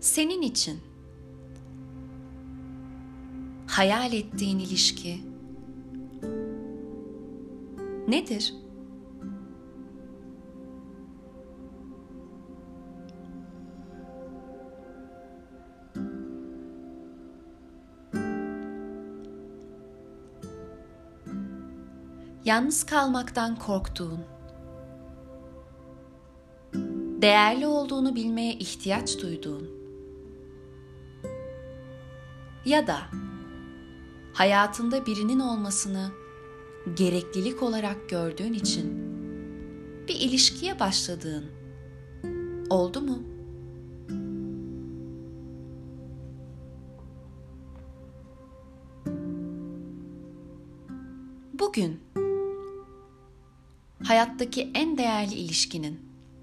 Senin için hayal ettiğin ilişki nedir? Yalnız kalmaktan korktuğun, değerli olduğunu bilmeye ihtiyaç duyduğun ya da hayatında birinin olmasını gereklilik olarak gördüğün için bir ilişkiye başladığın oldu mu? Bugün hayattaki en değerli ilişkinin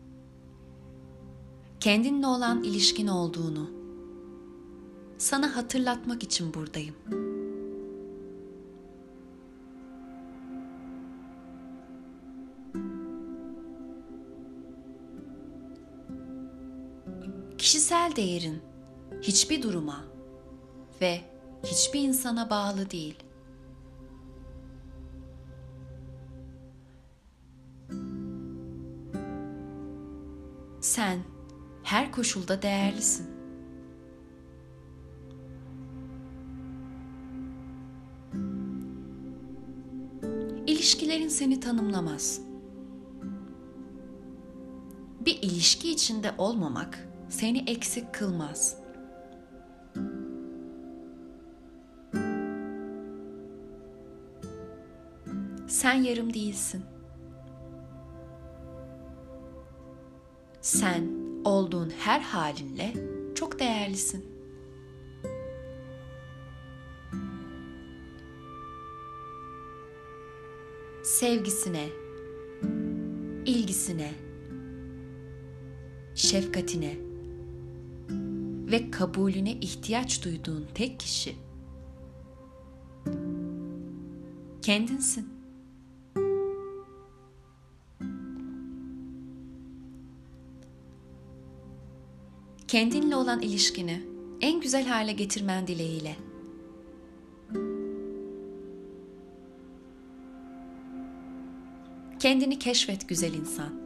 kendinle olan ilişkin olduğunu sana hatırlatmak için buradayım. Kişisel değerin hiçbir duruma ve hiçbir insana bağlı değil. Sen her koşulda değerlisin. İlişkilerin seni tanımlamaz. Bir ilişki içinde olmamak seni eksik kılmaz. Sen yarım değilsin. Sen olduğun her halinle çok değerlisin. Sevgisine, ilgisine, şefkatine ve kabulüne ihtiyaç duyduğun tek kişi kendinsin. Kendinle olan ilişkini en güzel hale getirmen dileğiyle. Kendini keşfet güzel insan.